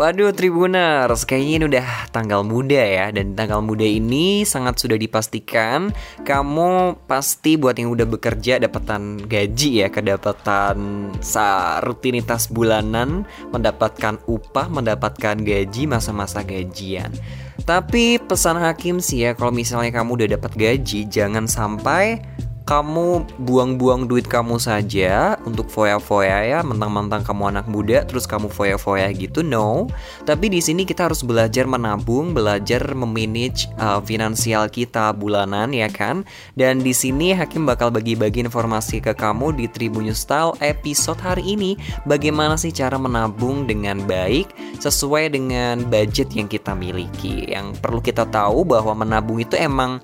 Waduh Tribuners, kayaknya ini udah tanggal muda ya. Dan tanggal muda ini sangat sudah dipastikan kamu pasti buat yang udah bekerja dapatan gaji ya, kedapatan rutinitas bulanan, mendapatkan upah, mendapatkan gaji masa-masa gajian. Tapi pesan Hakim sih ya, kalau misalnya kamu udah dapat gaji, jangan sampai kamu buang-buang duit kamu saja untuk foya-foya ya, mentang-mentang kamu anak muda terus kamu foya-foya gitu, no. Tapi di sini kita harus belajar menabung, belajar memanage finansial kita bulanan ya kan. Dan di sini Hakim bakal bagi-bagi informasi ke kamu di Tribun News Style episode hari ini, bagaimana sih cara menabung dengan baik sesuai dengan budget yang kita miliki. Yang perlu kita tahu bahwa menabung itu emang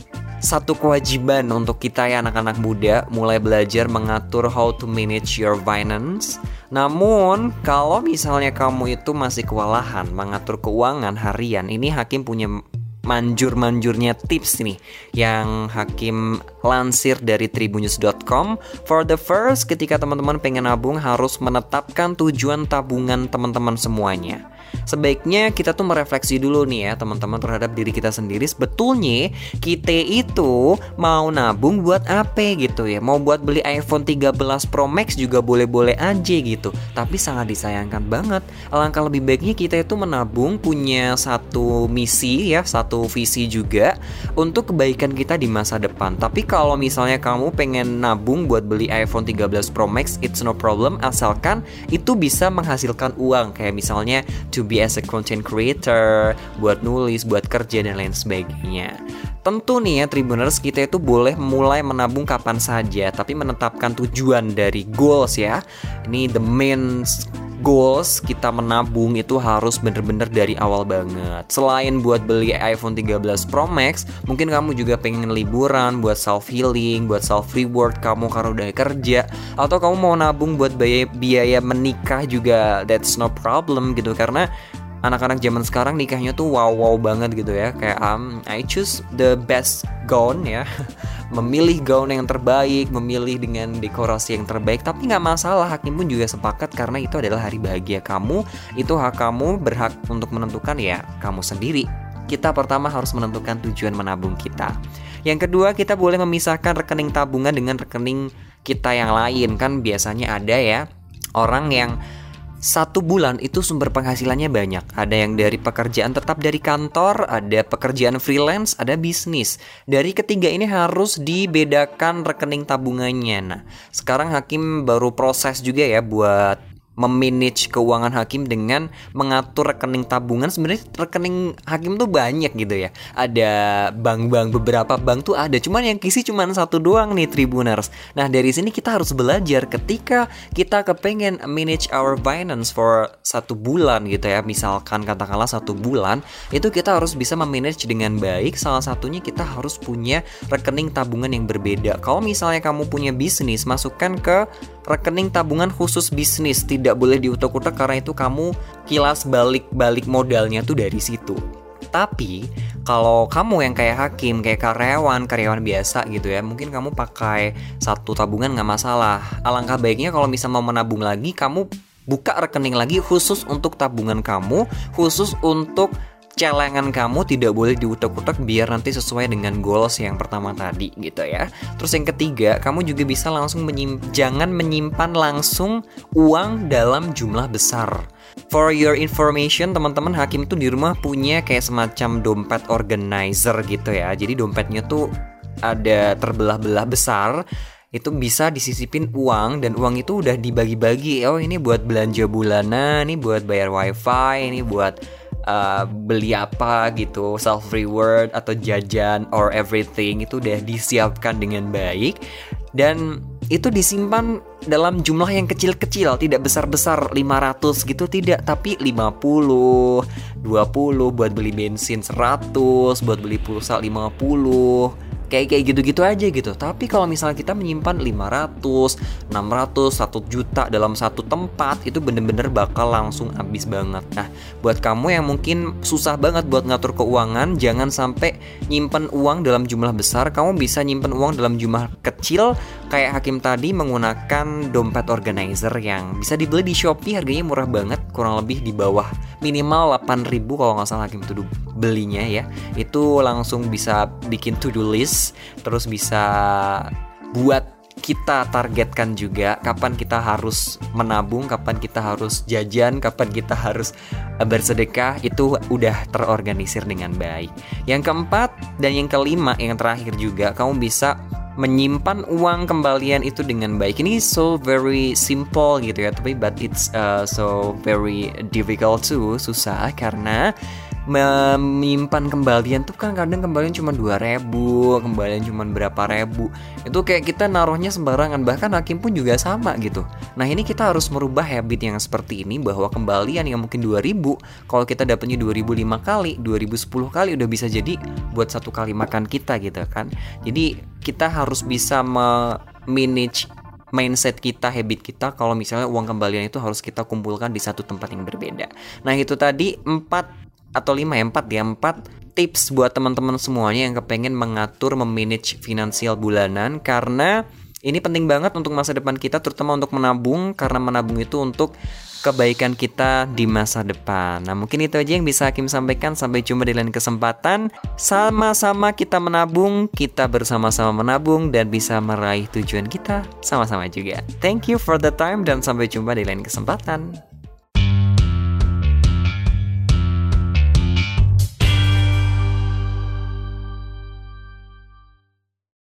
satu kewajiban untuk kita ya anak-anak muda, mulai belajar mengatur how to manage your finance. Namun kalau misalnya kamu itu masih kewalahan mengatur keuangan harian, ini Hakim punya manjur-manjurnya tips nih yang Hakim lansir dari tribunnews.com. For the first, ketika teman-teman pengen nabung harus menetapkan tujuan tabungan teman-teman semuanya. Sebaiknya kita tuh merefleksi dulu nih ya teman-teman terhadap diri kita sendiri. Sebetulnya kita itu mau nabung buat apa gitu ya. Mau buat beli iPhone 13 Pro Max juga boleh-boleh aja gitu. Tapi sangat disayangkan banget, alangkah lebih baiknya kita itu menabung punya satu misi ya, satu visi juga untuk kebaikan kita di masa depan. Tapi kalau misalnya kamu pengen nabung buat beli iPhone 13 Pro Max, it's no problem, asalkan itu bisa menghasilkan uang. Kayak misalnya to be as a content creator, buat nulis, buat kerja dan lain sebagainya. Tentu nih ya Tribuners, kita itu boleh mulai menabung kapan saja, tapi menetapkan tujuan dari goals ya. Ini the main goals kita menabung itu harus bener-bener dari awal banget. Selain buat beli iPhone 13 Pro Max, mungkin kamu juga pengen liburan, buat self healing, buat self reward kamu karena udah kerja, atau kamu mau nabung buat biaya menikah juga, that's no problem gitu. Karena anak-anak zaman sekarang nikahnya tuh wow banget gitu ya. Kayak I choose the best gown ya. Memilih gaun yang terbaik, memilih dengan dekorasi yang terbaik. Tapi gak masalah, Hakim pun juga sepakat karena itu adalah hari bahagia kamu. Itu hak kamu, berhak untuk menentukan ya kamu sendiri. Kita pertama harus menentukan tujuan menabung kita. Yang kedua, kita boleh memisahkan rekening tabungan dengan rekening kita yang lain. Kan biasanya ada ya orang yang satu bulan itu sumber penghasilannya banyak. Ada yang dari pekerjaan tetap dari kantor, ada pekerjaan freelance, ada bisnis. Dari ketiga ini harus dibedakan rekening tabungannya. Nah, sekarang Hakim baru proses juga ya buat memanage keuangan Hakim dengan mengatur rekening tabungan. Sebenarnya rekening Hakim tuh banyak gitu ya. Ada bank-bank, beberapa bank tuh ada. Cuman yang kisi cuman satu doang nih Tribuners. Nah dari sini kita harus belajar ketika kita kepengen manage our finance for satu bulan gitu ya. Misalkan katakanlah satu bulan, itu kita harus bisa memanage dengan baik. Salah satunya kita harus punya rekening tabungan yang berbeda. Kalau misalnya kamu punya bisnis, masukkan ke rekening tabungan khusus bisnis, tidak boleh diutak-utak karena itu kamu kilas balik modalnya tuh dari situ. Tapi kalau kamu yang kayak Hakim, kayak karyawan biasa gitu ya, mungkin kamu pakai satu tabungan gak masalah. Alangkah baiknya kalau bisa mau menabung lagi, kamu buka rekening lagi khusus untuk tabungan kamu, khusus untuk celengan kamu, tidak boleh diutak-utak biar nanti sesuai dengan goals yang pertama tadi gitu ya. Terus yang ketiga, kamu juga bisa langsung jangan menyimpan langsung uang dalam jumlah besar. For your information teman-teman, Hakim tuh di rumah punya kayak semacam dompet organizer gitu ya. Jadi dompetnya tuh ada terbelah-belah besar. Itu bisa disisipin uang, dan uang itu udah dibagi-bagi. Oh ini buat belanja bulanan, ini buat bayar wifi, ini buat beli apa gitu, self reward atau jajan or everything, itu udah disiapkan dengan baik. Dan itu disimpan dalam jumlah yang kecil-kecil, tidak besar-besar 500 gitu, tidak, tapi 50, 20 buat beli bensin, 100 buat beli pulsa, 50 Kayak gitu-gitu aja gitu. Tapi kalau misalnya kita menyimpan 500, 600, 1 juta dalam satu tempat, itu bener-bener bakal langsung habis banget. Nah, buat kamu yang mungkin susah banget buat ngatur keuangan, jangan sampai nyimpen uang dalam jumlah besar. Kamu bisa nyimpen uang dalam jumlah kecil, kayak Hakim tadi menggunakan dompet organizer yang bisa dibeli di Shopee, harganya murah banget, kurang lebih di bawah minimal 8.000 kalau nggak salah Hakim tuh belinya ya. Itu langsung bisa bikin to-do list, terus bisa buat kita targetkan juga kapan kita harus menabung, kapan kita harus jajan, kapan kita harus bersedekah. Itu udah terorganisir dengan baik. Yang keempat dan yang kelima, yang terakhir juga, kamu bisa menyimpan uang kembalian itu dengan baik. Ini so very simple gitu ya, tapi but it's so very difficult too, susah karena menyimpan kembalian tuh kan kadang kembalian cuma 2.000, kembalian cuma berapa ribu. Itu kayak kita naruhnya sembarangan, bahkan Hakim pun juga sama gitu. Nah, ini kita harus merubah habit yang seperti ini, bahwa kembalian yang mungkin 2.000, kalau kita dapatnya 2.000 5 kali, 2.000 10 kali, udah bisa jadi buat 1 kali makan kita gitu kan. Jadi kita harus bisa manage mindset kita, habit kita, kalau misalnya uang kembalian itu harus kita kumpulkan di satu tempat yang berbeda. Nah, itu tadi 4 atau 5 ya, 4 tips buat teman-teman semuanya yang kepengen mengatur, memanage finansial bulanan, karena ini penting banget untuk masa depan kita, terutama untuk menabung, karena menabung itu untuk kebaikan kita di masa depan. Nah, mungkin itu aja yang bisa Hakim sampaikan. Sampai jumpa di lain kesempatan. Sama-sama kita menabung, kita bersama-sama menabung dan bisa meraih tujuan kita sama-sama juga. Thank you for the time dan sampai jumpa di lain kesempatan.